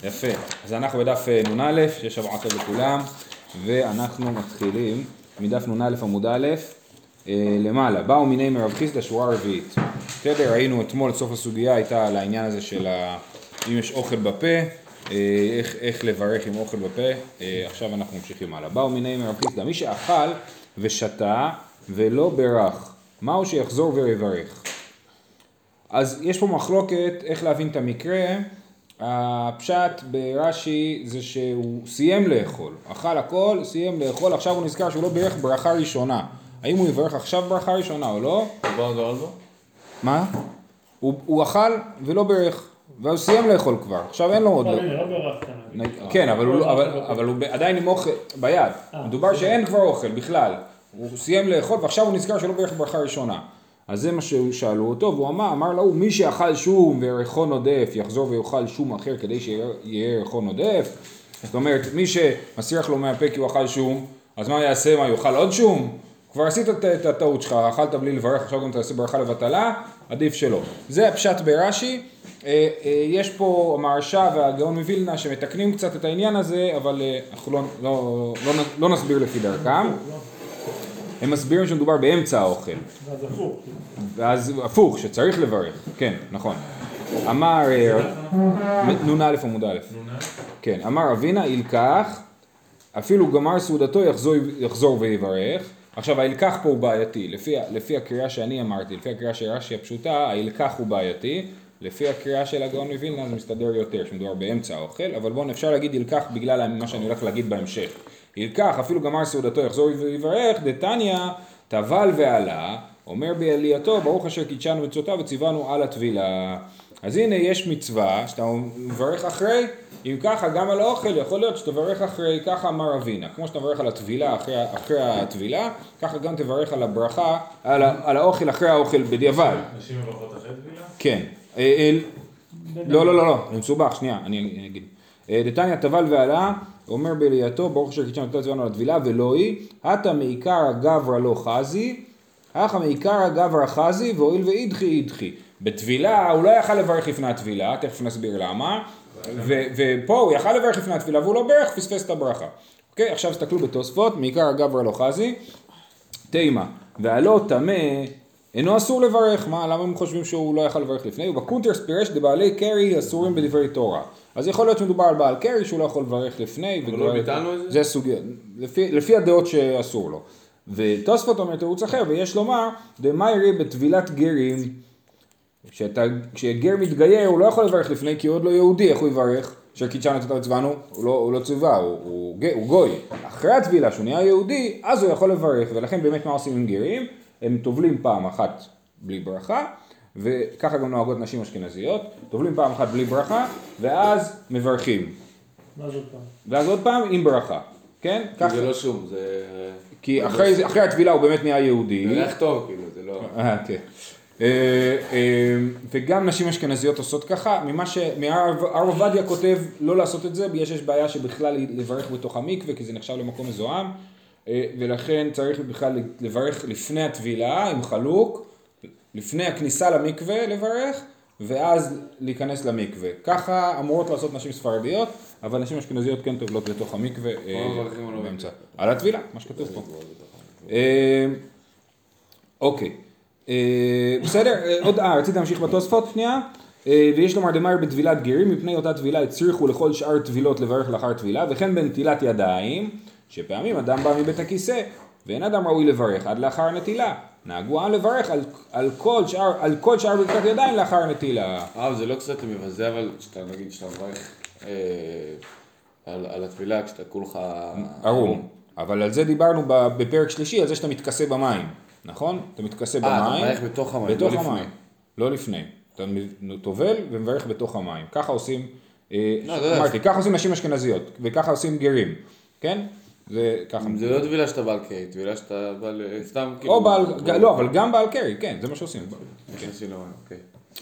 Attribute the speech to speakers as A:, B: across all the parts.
A: יפה. אז אנחנו בדף נ"א, שיש שבוע טוב לכולם, ואנחנו מתחילים מדף נ"א עמוד א', למעלה. באו מיני מרב חיסדא, שורה רביעית. בסדר, ראינו אתמול, סוף הסוגיה הייתה על העניין הזה של אם יש אוכל בפה, איך לברך עם אוכל בפה. עכשיו אנחנו ממשיכים הלאה. באו מיני מרב חיסדא, מי שאכל ושתה ולא ברך, מהו שיחזור ויברך? אז יש פה מחלוקת איך להבין את המקרה. הפשט ברש"י זה שהוא סיים לאכול, אכל הכל, סיים לאכול, עכשיו הוא נזכר שהוא לא בירך ברכה ראשונה. האם הוא יברך עכשיו ברכה ראשונה או לא? מה? הוא אכל ולא בירך, והוא סיים לאכול כבר, עכשיו אין לו עוד. כן, אבל הוא עדיין עם אוכל ביד, מדובר שאין כבר אוכל בכלל, הוא סיים לאכול ועכשיו הוא נזכר שלא בירך ברכה ראשונה. אז זה מה ששאלו אותו, והוא אמר לו, מי שאכל שום וירחון עודף, יחזור ויאכל שום אחר כדי שיהיה ירחון עודף. זאת אומרת, מי שמסיח לו מהפה כי הוא אכל שום, אז מה יעשה? מה, יאכל עוד שום? כבר עשית את הטעות שלך, אכלת בלי לברך, עכשיו גם תעשה ברכה לבטלה, עדיף שלא. זה הפשט ברש"י. יש פה המהרש"א והגאון מווילנה שמתקנים קצת את העניין הזה, אבל אנחנו לא נסביר לפי דרכם. הם מסבירים שמדובר באמצע האוכל.
B: ואז הפוך.
A: ואז הפוך, שצריך לברך. כן, נכון. אמר, נ"א עמוד א'. כן, אמר אבינה ילקח, אפילו גמר סעודתו יחזור ויברך. עכשיו, הילקח פה הוא בעייתי. לפי הקריאה שאני אמרתי, לפי הקריאה של רש"י הפשוטה, הילקח הוא בעייתי. לפי הקריאה של הגאון מווילנה זה מסתדר יותר, שמדובר באמצע האוכל. אבל בואו אפשר להגיד ילקח בגלל מה שאני הולך להגיד בהמשך. ילקח, אפילו גמר סעודתו יחזור ויברך, דתניא טבל ועלה, אומר בעלייתו, ברוך אשר קידשנו מצוותיו וציוונו על הטבילה. אז הנה יש מצווה שאתה מברך אחרי, אם ככה גם על האוכל יכול להיות שתברך אחרי, ככה אמר אבינה, כמו שאתה מברך על הטבילה אחרי הטבילה, ככה גם תברך על הברכה, על האוכל אחרי האוכל בדיעבד.
B: נשים מברכות אחרי טבילה?
A: כן. לא, זה מסובך, שנייה, אני אגיד. דתניא טבל ועלה, אומר בעלייתו, ברוך אשר קידשנו מצוותיו וציוונו על הטבילה, ולא היא, הטה מעיקרא גברא לא חזי, הכה מעיקרא גברא חזי, והואיל ואידחי. בטבילה הוא לא יכל לברך לפני הטבילה, תכף נסביר למה, ופה הוא יכל לברך לפני הטבילה, והוא לא ברך, פספס את הברכה. אוקיי, עכשיו תסתכלו בתוספות, מעיקרא גברא לא חזי, תימה, והלא טמא, אינו אסור לברך, מה? למה הם חושבים שהוא לא יכל לברך לפני? ובקונטרס פירש דבעלי קרי אסורים בדברי תורה. אז יכול להיות שמדובר על בעל קרי שהוא לא יכול לברך לפני.
C: אבל לא ביטלנו את זה?
A: זה סוגיה, לפי הדעות שאסור לו. ותוספות אומר תירוץ אחר, ויש לומר, דמה יראה בטבילת גרים, כשגר מתגייר הוא לא יכול לברך לפני כי הוא עוד לא יהודי, איך הוא יברך? שקידשנו מצוותיו וציוונו, הוא לא ציווה, הוא גוי. אחרי הטבילה שהוא נהיה יהודי, אז הוא יכול לברך, ולכן באמת מה עושים עם גרים? הם טובלים פעם אחת בלי ברכה, וככה גם נוהגות נשים אשכנזיות, טובלים פעם אחת בלי ברכה, ואז מברכים. ואז עוד פעם עם ברכה, כן?
C: זה לא שום, זה...
A: כי אחרי הטבילה הוא באמת נהיה יהודי.
C: זה איך טוב, כאילו, זה לא...
A: כן. וגם נשים אשכנזיות עושות ככה, הרב עובדיה כותב לא לעשות את זה, בגלל שיש בעיה שבכלל לברך בתוך המקווה, כי זה נחשב למקום מזוהם, ולכן צריך בכלל לברך לפני הטבילה עם חלוק, לפני הכניסה למקווה לברך, ואז להיכנס למקווה. ככה אמורות לעשות נשים ספרדיות, אבל נשים אשכנזיות כן טובלות לתוך המקווה באמצע. על הטבילה, מה שכתוב פה. אוקיי. בסדר, רציתי להמשיך בתוספות שנייה, ויש לומר דמאיר בטבילת גרים, מפני אותה טבילה הצריכו לכל שאר טבילות לברך לאחר טבילה, וכן בנטילת ידיים, שפעמים אדם בא מבית הכיסא, ואין אדם ראוי לברך עד לאחר נטילה. נהגו עם לברך על כל שאר ברכת ידיים לאחר נטילה.
C: זה לא קצת מבזה, אבל נגיד שאתה מברך על הטבילה, כשאתה כולך...
A: ערום. אבל על זה דיברנו בפרק שלישי, על זה שאתה מתכסה במים. נכון? אתה מתכסה במים.
C: אתה מברך בתוך המים,
A: בתוך המים. לא לפני. אתה טובל ומברך בתוך המים. ככה עושים, אמרתי, ככה עושים נשים אשכנזיות, וככה עושים גרים. כן? זה ככה.
C: זה לא טבילה שאתה בעל קרי, טבילה שאתה בעל... סתם כאילו...
A: לא, אבל גם בעל קרי, כן, זה מה שעושים.
C: נכנסי למים, אוקיי.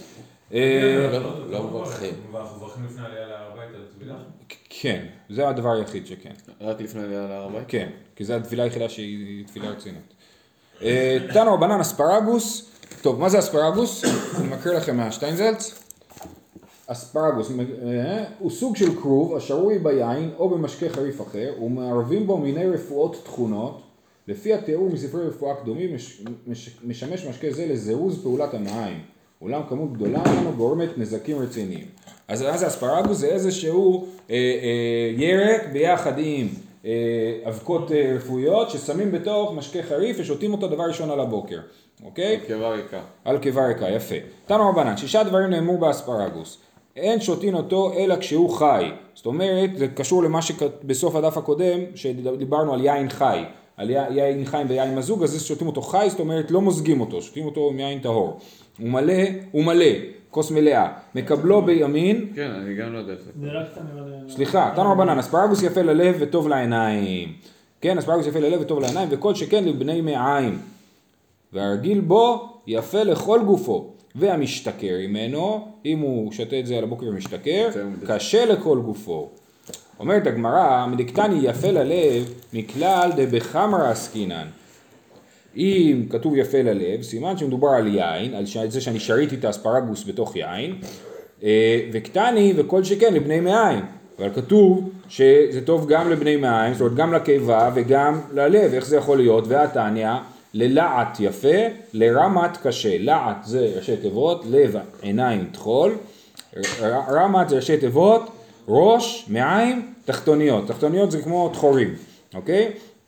B: לא מברכים. ואנחנו מברכים לפני עלייה להר הבית על הטבילה?
A: כן, זה הדבר היחיד שכן.
C: רק לפני עלייה להר הבית?
A: כן, כי זו התפילה היחידה שהיא תפילה רצינית. תנו רבנן אספרגוס, טוב, מה זה אספרגוס? אני מקריא לכם מהשטיינזלץ. אספרגוס הוא סוג של כרוב השרוי ביין או במשקה חריף אחר ומערבים בו מיני רפואות תכונות. לפי התיאור מספרי רפואה קדומים משמש משקה זה לזירוז פעולת המים. אולם כמות גדולה ממנו גורמת נזקים רציניים. אז אספרגוס זה איזשהו ירק ביחד עם אבקות רפואיות ששמים בתוך משקה חריף ושותים אותו דבר ראשון על הבוקר. אוקיי?
C: על קיבה ריקה.
A: על קיבה ריקה, יפה. תנו רבנן, 6 דברים נאמרו באספרגוס. אין שותין אותו אלא כשהוא חי. זאת אומרת, זה קשור למה שבסוף הדף הקודם, שדיברנו על יין חי. על יין חיים ויין מזוג, אז שותים אותו חי, זאת אומרת לא מוזגים אותו, שותים אותו מיין טהור. הוא מלא, כוס מלאה. מקבלו בימין.
C: כן, אני גם לא יודע.
A: סליחה, תנו רבנן, אספרגוס יפה ללב וטוב לעיניים. כן, אספרגוס יפה ללב וטוב לעיניים, וכל שכן לבני מעיים. והרגיל בו יפה לכל גופו. והמשתכר ממנו, אם הוא שתה את זה על הבוקר ומשתכר, קשה לכל גופו. אומרת הגמרא, מדקתני יפה ללב מכלל דבחמרא עסקינן. אם כתוב יפה ללב, סימן שמדובר על יין, על זה שאני שריתי את האספרגוס בתוך יין, וקטני וכל שכן לבני מעיים. אבל כתוב שזה טוב גם לבני מעיים, זאת אומרת גם לקיבה וגם ללב, איך זה יכול להיות? והתניא, ללעת יפה, לרמת קשה. לעעת זה ראשי תיבות, לב, עיניים, תחול, רמת זה ראשי תיבות, ראש, מעיים, תחתוניות. תחתוניות זה כמו תחורים, אוקיי?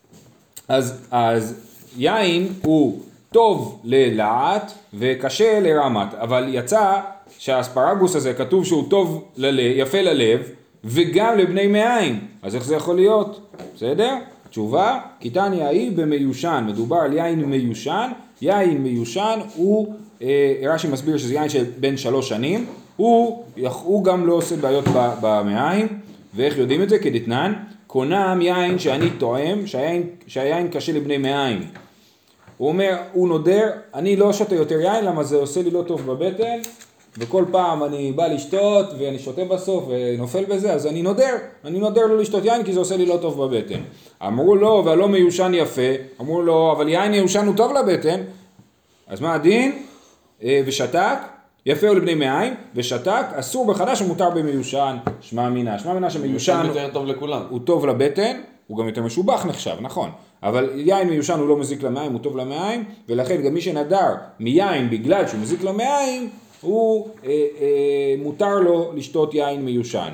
A: אז יין הוא טוב ללעת וקשה לרמת, אבל יצא שהאספרגוס הזה כתוב שהוא טוב יפה ללב וגם לבני מעיים. אז איך זה יכול להיות? בסדר? תשובה, קיטניה היא במיושן, מדובר על יין מיושן. יין מיושן הוא, רש"י מסביר שזה יין של בין 3 שנים, הוא גם לא עושה בעיות במעיים. ואיך יודעים את זה? כדתנן, קונם יין שאני טועם שהיין קשה לבני מעיים. הוא אומר, הוא נודר, אני לא שותה יותר יין למה זה עושה לי לא טוב בבטן, וכל פעם אני בא לשתות ואני שותה בסוף ונופל בזה, אז אני נודר לא לשתות יין כי זה עושה לי לא טוב בבטן. אמרו לו, והלא מיושן יפה, אמרו לו, אבל יין מיושן הוא טוב לבטן, אז מה הדין? ושתק, יפה הוא לבני מעיים, ושתק, אסור בחדש ומותר במיושן. שמע מינה שמיושן
C: יותר טוב לכולם.
A: הוא טוב לבטן, הוא גם יותר משובח נחשב, נכון. אבל יין מיושן הוא לא מזיק למעיים, הוא טוב למעיים, ולכן גם מי שנדר מיין בגלל שהוא מזיק למעיים, הוא מותר לו לשתות יין מיושן.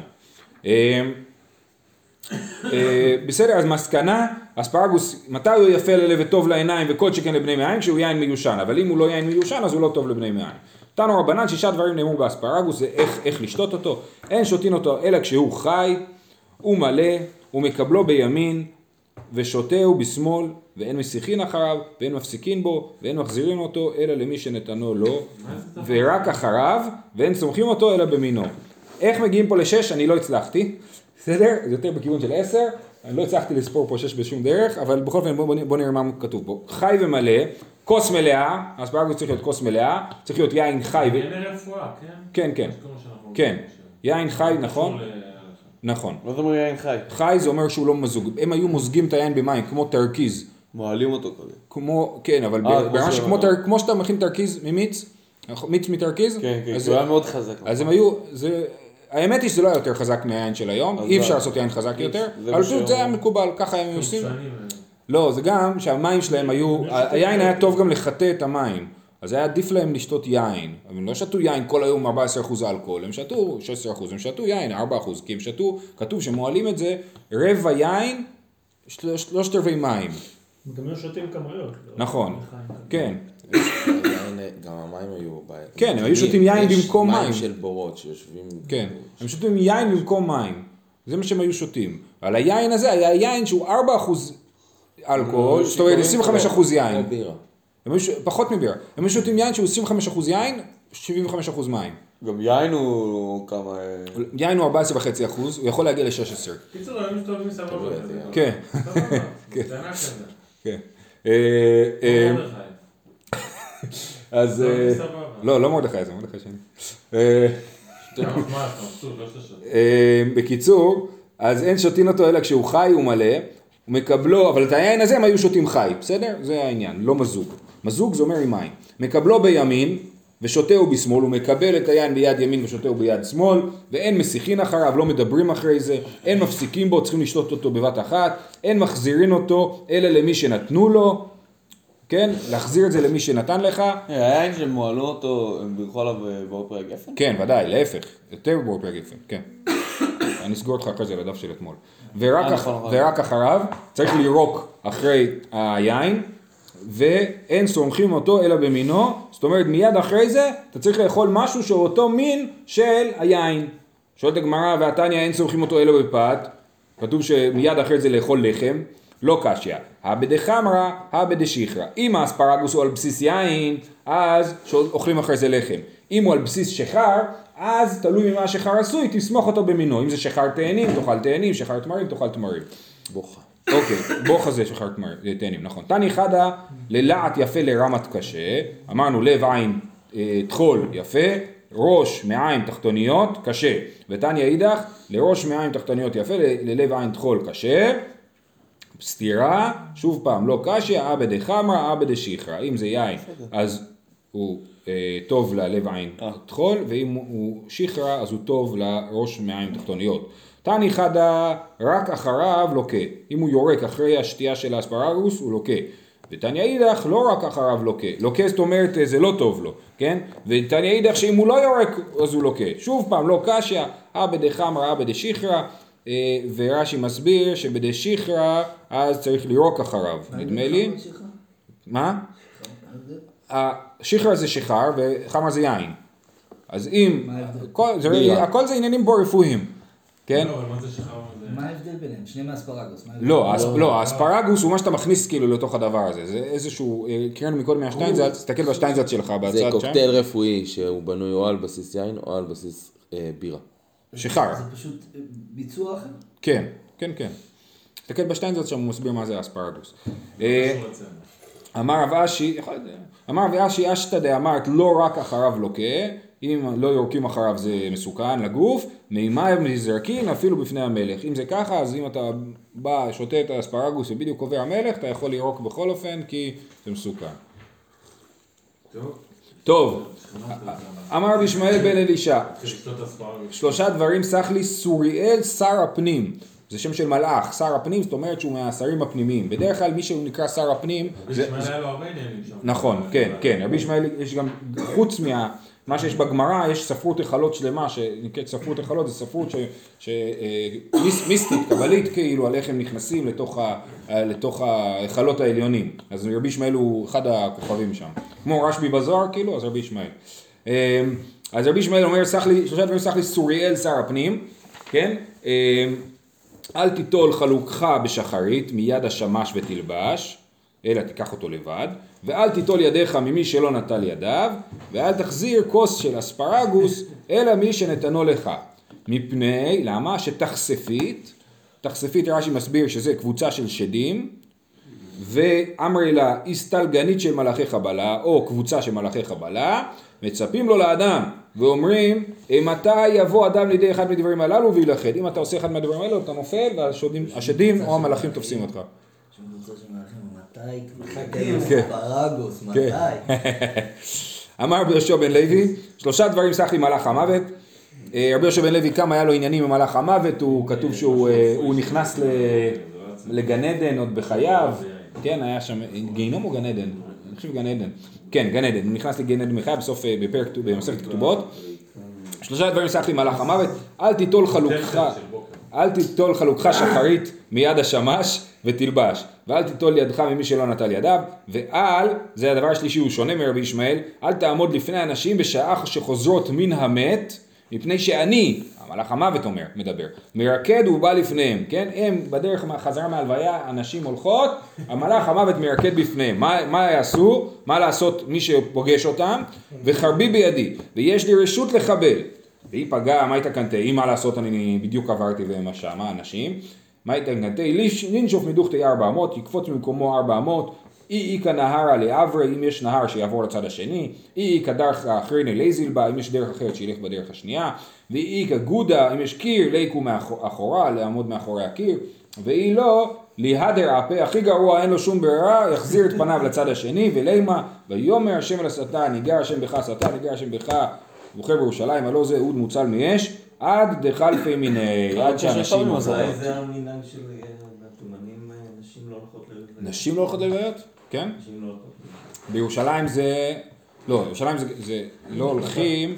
A: בסדר, אז מסקנה, אספרגוס, מתי הוא יפה ללב וטוב לעיניים וכל שכן לבני מעיים? כשהוא יין מיושן, אבל אם הוא לא יין מיושן אז הוא לא טוב לבני מעיים. תנו רבנן, 6 דברים נאמרו באספרגוס, זה איך לשתות אותו. אין שותין אותו אלא כשהוא חי, הוא מלא, הוא מקבלו בימין, ושותהו בשמאל, ואין מסיחין אחריו, ואין מפסיקין בו, ואין מחזירים אותו אלא למי שנתנו לו, ורק אחריו, ואין סומכים אותו אלא במינו. איך מגיעים פה ל6? אני לא הצלחתי, בסדר? זה יותר בכיוון של 10, אני לא הצלחתי לספור פה 6 בשום דרך, אבל בכל אופן בוא נראה מה כתוב פה. חי ומלא, כוס מלאה, אספרגוס צריך להיות כוס מלאה, צריך להיות יין חי.
B: יין רפואה, כן?
A: כן. כן, יין חי, נכון? נכון.
C: מה זה אומר יין חי?
A: חי זה אומר שהוא לא מזוג. הם היו מוזגים את היין במים, כמו תרכיז.
C: מועלים אותו כזה.
A: כן, אבל ברמה כמו שאתה מכין תרכיז ממיץ, מיץ מתרכיז.
C: כן, זה היה מאוד חזק.
A: אז הם היו, האמת היא שזה לא היה יותר חזק מהיין של היום, אי אפשר לעשות יין חזק יותר, אבל פשוט זה היה מקובל, ככה הם עושים. לא, זה גם שהמים שלהם היו, היין היה טוב גם לחטא את המים. אז היה עדיף להם לשתות יין, הם לא שתו יין כל היום 14% אלכוהול, הם שתו 16%, הם שתו יין 4%, כי הם שתו, כתוב שמועלים את זה, רבע יין, 3/4 מים.
D: גם לא שותים כמויות.
A: נכון, כן.
C: גם המים היו בעיה.
A: כן, הם היו שותים יין במקום מים.
C: מים של בורות שיושבים.
A: כן, הם שותים יין במקום מים, זה מה שהם היו שותים. אבל היין הזה היה יין שהוא 4% אלכוהול, זאת אומרת 25% יין. פחות מבירה. הם שותים יין שהוא 25% יין, 75% מים.
C: גם יין הוא כמה...
A: יין הוא 14.5%, הוא יכול להגיע ל-16.
B: קיצור, הם מסתובבים סבבה.
A: כן.
B: כן. זה ענק כזה.
A: כן.
B: אז...
A: לא מרדכי, זה מרדכי שני.
B: לא
A: בקיצור, אז אין שותין אותו אלא כשהוא חי, הוא מלא, הוא מקבלו, אבל את היין הזה הם היו שותים חי, בסדר? זה העניין, לא מזוג. מזוג זה אומר עם מים. מקבלו בימין, ושותהו בשמאל, הוא מקבל את היין ביד ימין ושותהו ביד שמאל, ואין מסיחין אחריו, לא מדברים אחרי זה, אין מפסיקים בו, צריכים לשתות אותו בבת אחת, אין מחזירים אותו, אלא למי שנתנו לו, כן? להחזיר את זה למי שנתן לך.
C: היין שהם מועלו אותו, הם בירכו עליו בור פרי הגפן?
A: כן, ודאי, להפך, יותר בור פרי הגפן, כן. אני אסגור אותך אחרי זה לדף של אתמול. ורק אחריו צריך לירוק אחרי היין, ואין סומכים אותו אלא במינו, זאת אומרת מיד אחרי זה אתה צריך לאכול משהו שהוא אותו מין של היין. שואלת הגמרא, והתניא אין סומכים אותו אלא בפת, כתוב שמיד אחרי זה לאכול לחם, לא קשיא. הבדי חמרא, הבדי שכרא. אם האספרגוס הוא על בסיס יין, אז אוכלים אחרי זה לחם. אם הוא על בסיס שחר, אז תלוי ממה שחר עשוי, תסמוך אותו במינו. אם זה שחר תאנים, תאכל תאנים, שחר תמרים, תאכל תמרים.
C: בוכה.
A: אוקיי, בוכה זה שחר תאנים, נכון. תני חדה ללעת יפה לרמת קשה, אמרנו לב עין תחול יפה, ראש מעיים תחתוניות קשה, ותני אידך לראש מעיים תחתוניות יפה, ללב עין תחול קשה, סתירה, שוב פעם, לא קשיא, אבדי חמרא, אבדי שכרא. אם זה יין, אז הוא טוב ללב עין תחול, ואם הוא שכרא, אז הוא טוב לראש מעיים תחתוניות. תני חדה רק אחריו לוקה, אם הוא יורק אחרי השתייה של האספרגוס הוא לוקה, ותניא אידך לא רק אחריו לוקה, לוקה זאת אומרת זה לא טוב לו, כן? ותניא אידך שאם הוא לא יורק אז הוא לוקה, שוב פעם לא קשיא, בדי חמרא בדי שכרא, ורש"י מסביר שבדי שכרא אז צריך לירוק אחריו, נדמה לי. מה? שכרא זה שחר וחמרא זה יין, אז אם, הכל זה עניינים בו רפואיים. כן?
B: לא, אבל מה זה שחר?
E: מה ההבדל ביניהם? שניהם האספרגוס.
A: לא, האספרגוס הוא מה שאתה מכניס כאילו לתוך הדבר הזה, זה איזשהו, קראנו מקודם מהשטיינזלץ, תסתכל בשטיינזלץ שלך בצד
C: זה
A: שם.
C: קוקטייל רפואי שהוא בנוי או על בסיס יין או על בסיס בירה.
A: שחר.
E: זה פשוט ביצוע אחר?
A: כן, כן, כן. תסתכל בשטיינזלץ שם, הוא מסביר מה זה האספרגוס. אמר רב אשי אשתא דאמרת לא רק אחריו לוקה, אם לא יורקים אחריו זה מסוכן לגוף, מימי מזרקין אפילו בפני המלך. אם זה ככה, אז אם אתה בא, שותה את האספרגוס ובדיוק קובע המלך, אתה יכול לירוק בכל אופן, כי זה מסוכן. טוב, אמר רבי ישמעאל בן אלישע, 3 דברים סח לי סוריאל שר הפנים. זה שם של מלאך, שר הפנים, זאת אומרת שהוא מהשרים הפנימיים. בדרך כלל מי שהוא נקרא שר הפנים...
B: רבי ישמעאל היה לו הרבה עניינים שם.
A: נכון, כן, כן. רבי ישמעאל יש גם, חוץ מה שיש בגמרא, יש ספרות החלות שלמה, שנקראת ספרות החלות, זה ספרות מיסטית, קבלית כאילו, על איך הם נכנסים לתוך החלות העליונים. אז רבי ישמעאל הוא אחד הכוכבים שם. כמו רשב"י בזוהר כאילו, אז רבי ישמעאל. אז רבי ישמעאל אומר, 3 דברים סח לי סוריאל שר הפנים, כן? אל תיטול חלוקך בשחרית מיד השמש ותלבש, אלא תיקח אותו לבד, ואל תיטול ידיך ממי שלא נטל ידיו, ואל תחזיר כוס של אספרגוס, אלא מי שנתנו לך. מפני, למה? שתחשפית, תחשפית רש"י מסביר שזה קבוצה של שדים, ואמרי לה הסתלגנית של מלאכי חבלה, או קבוצה של מלאכי חבלה, מצפים לו לאדם, ואומרים, מתי יבוא אדם לידי אחד מדברים הללו וילכד? אם אתה עושה אחד מהדברים האלו, אתה נופל, והשדים או המלאכים תופסים אותך.
E: מתי? פרגוס, מתי?
A: אמר רבי יהושע בן לוי, 3 דברים סח לי מלאך המוות. רבי יהושע בן לוי, כמה היה לו עניינים עם מלאך המוות, הוא כתוב שהוא נכנס לגן עדן עוד בחייו, כן, היה שם, גיהינום או גן עדן? אני חושב גן עדן. כן, גן עדן, הוא נכנס לגן עדן בחייו בסוף, במסכת כתובות. 3 דברים סח לי מלאך המוות, אל תיטול חלוקך שחרית מיד השמש ותלבש, ואל תיטול ידך ממי שלא נטל ידיו, זה הדבר השלישי, הוא שונה מרבי ישמעאל, אל תעמוד לפני אנשים בשעה שחוזרות מן המת, מפני שאני, המלאך המוות מדבר, מרקד ובא לפניהם, כן? הם בדרך חזרה מהלוויה, אנשים הולכות, המלאך המוות מרקד בפניהם, מה יעשו? מה לעשות מי שפוגש אותם? וחרבי בידי, ויש לי רשות לחבל, והיא פגעה, מה הייתה קנטי? מה לעשות? אני בדיוק עברתי ומשע, מה אנשים? מה הייתה קנטי? לנשוף מדוכתי 400, יקפוץ ממקומו 400, אי איכא נהרא לעברי, אם יש נהר שיעבור לצד השני, אי איכא דרכא אחרינא ליזיל בה, אם יש דרך אחרת שילך בדרך השנייה, ואי איכא גודא, אם יש קיר, ליקו מאחורה, לעמוד מאחורי הקיר, ואי לא, להדר הפה, הכי גרוע, אין לו שום ברירה, יחזיר את פניו לצד השני, ולימה, ויאמר השם אל השטן, ניגר השם בך שטן, ניגר השם בך, בוחר בירושלים, הלא זה אוד מוצל מאש, עד דחלפי מיני, עד שאנשים עוזרים.
B: זה המינהל של התימנים, נשים לא הולכות ללוויות.
A: נשים לא הולכות ללוויות? כן?
B: נשים לא הולכות.
A: בירושלים זה, לא, בירושלים זה לא הולכים,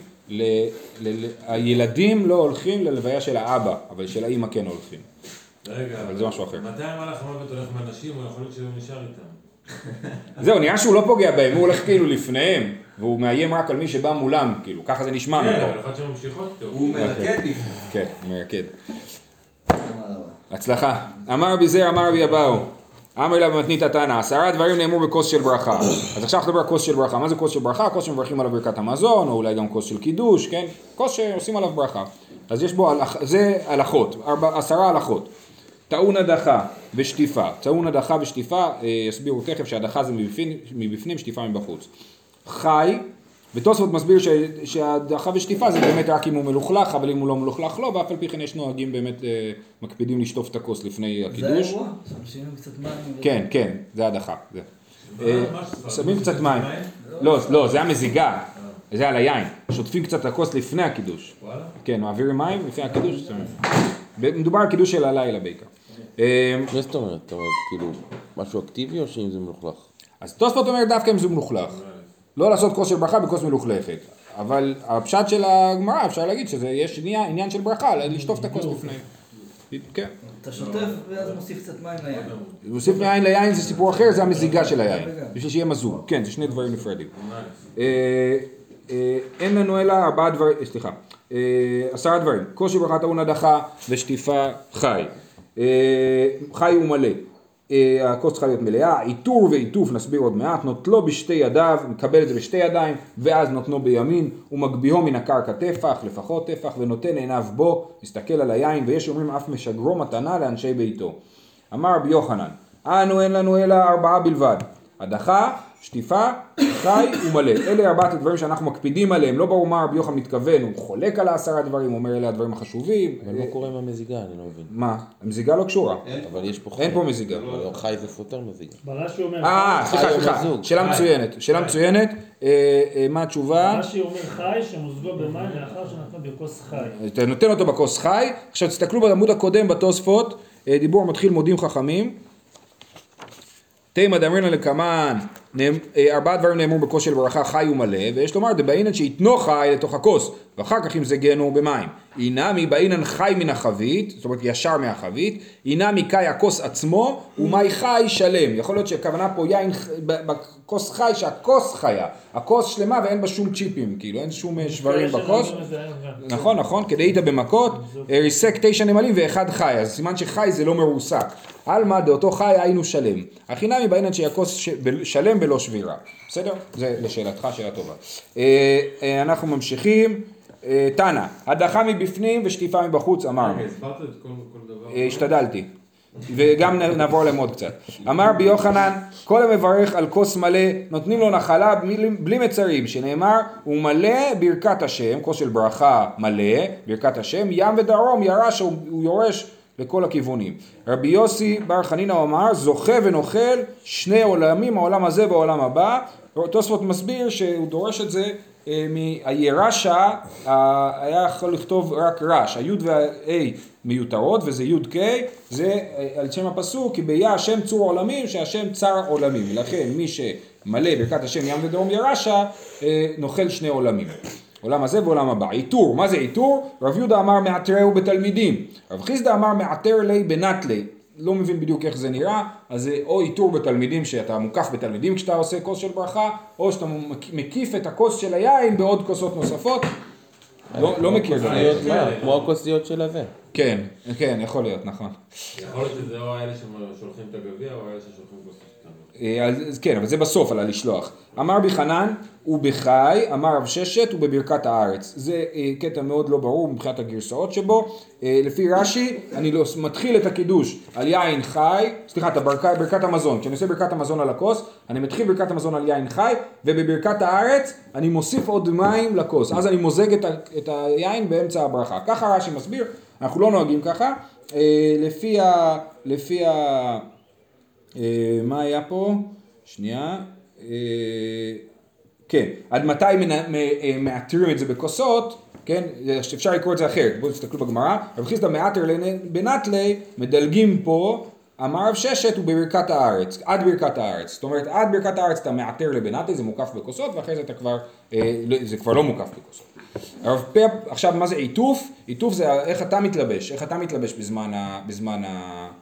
A: הילדים לא הולכים ללוויה של האבא, אבל של האמא כן הולכים.
B: רגע,
A: אבל זה משהו אחר.
B: מתי המלאך המוות הולך מהנשים, הוא יכול להיות שהוא נשאר איתם.
A: זהו, נראה שהוא לא פוגע בהם, הוא הולך כאילו לפניהם, והוא מאיים רק על מי שבא מולם, כאילו, ככה זה נשמע.
B: כן, אבל אחד שממשיכות איתו.
E: הוא מרקד בפנים.
A: כן, הוא מרקד. הצלחה. אמר רבי זר, אמר רבי אבאו, אמר לה במתנית התנא, 10 דברים נאמרו בכוס של ברכה. אז עכשיו נדבר על כוס של ברכה. מה זה כוס של ברכה? כוס שמברכים עליו ברכת המזון, או אולי גם כוס של קידוש, כן? כוס שעושים עליו ברכה. אז יש בו, זה הלכות, 10 הלכות. טעון הדחה ושטיפה. טעון הדחה ושטיפה, יסבירו תכף שהדחה זה מבפנים, שטיפה מבחוץ. חי, ותוספות מסביר שהדחה ושטיפה זה באמת רק אם הוא מלוכלך, אבל אם הוא לא מלוכלך לא, ואף על פי כן יש נוהגים באמת מקפידים לשטוף את הכוס לפני הקידוש.
E: זה האירוע? שמים קצת מים.
A: כן, כן, זה הדחה. שמים קצת מים. לא, זה המזיגה, זה על היין. שוטפים קצת את הכוס לפני הקידוש. כן, מעבירים מים לפני הקידוש. מדובר על קידוש של הלילה בעיקר.
C: מה זאת אומרת? אתה אומר, כאילו, משהו אקטיבי או שאם זה מלוכלך?
A: אז תוספות אומר דווקא אם זה מלוכלך. לא לעשות כוס של ברכה בכוס מלוכלכת. אבל הפשט של הגמרא אפשר להגיד שיש עניין של ברכה, לשטוף את הכוס לפני. כן.
E: אתה שוטף ואז מוסיף קצת מים ליין.
A: מוסיף מים ליין זה סיפור אחר, זה המזיגה של היין. בשביל שיהיה מזוג. כן, זה שני דברים נפרדים. אין לנו אלא 10 דברים. כוס של ברכה טעון הדחה ושטיפה חי. חי ומלא. הכוס צריכה להיות מלאה, עיטור ועיטוף נסביר עוד מעט, נוטלו בשתי ידיו, מקבל את זה בשתי ידיים, ואז נותנו בימין, ומגביהו מן הקרקע טפח, לפחות טפח, ונותן עיניו בו, מסתכל על היין, ויש אומרים אף משגרו מתנה לאנשי ביתו. אמר רבי יוחנן, אין לנו אלא 4 בלבד, הדחה, שטיפה, חי ומלא. אלה 4 הדברים שאנחנו מקפידים עליהם, לא ברור מה רבי יוחנן מתכוון, הוא חולק על 10 דברים, הוא אומר אלה הדברים החשובים.
C: אבל מה קורה עם המזיגה? אני לא מבין.
A: מה? המזיגה לא קשורה.
C: אבל יש פה חי.
A: אין פה מזיגה.
C: חי זה סותר מזיגה.
D: ברש"י אומר
A: סליחה, שאלה מצוינת, מה התשובה?
D: ברש"י אומר חי שמוזגו במים לאחר שנתנו בכוס חי.
A: אתה נותן אותו בכוס חי, עכשיו תסתכלו בעמוד הקודם בתוספות, דיבור מתחיל מודים חכמים, תימא דאמרינן לקמן, 4 דברים נאמרו בכוס של ברכה חי ומלא, ויש לומר דבעינן שיתנו חי לתוך הכוס, ואחר כך ימזגנו במים. אינמי בעינן חי מן החבית, זאת אומרת ישר מהחבית, אינמי קאי הכוס עצמו, ומי חי שלם. יכול להיות שהכוונה פה יין בכוס חי, שהכוס חיה, הכוס שלמה ואין בה שום צ'יפים, כאילו אין שום שברים בכוס. נכון, כדי איתה במכות, ריסק 9 נמלים ו1 חי, אז סימן שחי זה לא מרוסק. אלמה דאותו חי היינו שלם. החינמי בעינן שהכוס שלם בלא שבירה. בסדר? זה לשאלתך, שאלה טובה. אנחנו ממשיכים. תנא, הדחה מבפנים ושטיפה מבחוץ, אמרנו.
B: הסברת את כל דבר.
A: השתדלתי. וגם נעבור להם עוד קצת. אמר רבי יוחנן, כל המברך על כוס מלא, נותנים לו נחלה בלי מצרים, שנאמר, הוא מלא ברכת השם, כוס של ברכה מלא, ברכת השם, ים ודרום ירש, הוא יורש לכל הכיוונים. רבי יוסי בר חנינא אמר, זוכה ונוכל 2 עולמים, העולם הזה והעולם הבא. תוספות מסביר שהוא דורש את זה מהירשה, היה יכול לכתוב רק רש, היוד והאי מיותרות, וזה יוד קי, זה על שם הפסוק, כי ביה השם צור עולמים, שהשם צר עולמים, ולכן מי שמלא ברכת השם ים ודרום ירשה, נוכל 2 עולמים. עולם הזה ועולם הבא. עיטור, מה זה עיטור? רב יהודה אמר מעטרהו בתלמידים, רב חיסדא אמר מעטר לי בנטלי, לא מבין בדיוק איך זה נראה, אז זה או עיטור בתלמידים, שאתה מוקף בתלמידים כשאתה עושה כוס של ברכה, או שאתה מקיף את הכוס של היין בעוד כוסות נוספות, לא מכיר.
C: כמו הכוסיות של הזה.
A: כן, כן, יכול להיות, נכון.
B: יכול להיות שזה או האלה ששולחים את הגביע או האלה ששולחים כוס קטנות.
A: אז כן, אבל זה בסוף על הלשלוח. אמר בי חנן, הוא בחי, אמר רב ששת, הוא בברכת הארץ. זה קטע מאוד לא ברור מבחינת הגרסאות שבו. לפי רש"י, אני לא מתחיל את הקידוש על יין חי, סליחה, את ברכת המזון. כשאני עושה ברכת המזון על הכוס, אני מתחיל ברכת המזון על יין חי, ובברכת הארץ אני מוסיף עוד מים לכוס. אז אני מוזג את היין באמצע הברכה. ככה רש"י מסביר, אנחנו לא נוהגים ככה. לפי מה היה פה? שנייה. כן, עד מתי מאתרים את זה בכוסות, כן, אפשר לקרוא את זה אחרת, בואו תסתכלו בגמרא, רב חיסדא מאתר בנטלי, מדלגים פה, אמר רב ששת הוא בברכת הארץ, עד ברכת הארץ, זאת אומרת עד ברכת הארץ אתה מאתר לבנטלי, זה מוקף בכוסות, ואחרי זה אתה כבר, זה כבר לא מוקף בכוסות. עכשיו מה זה עיטוף? עיטוף זה איך אתה מתלבש, איך אתה מתלבש בזמן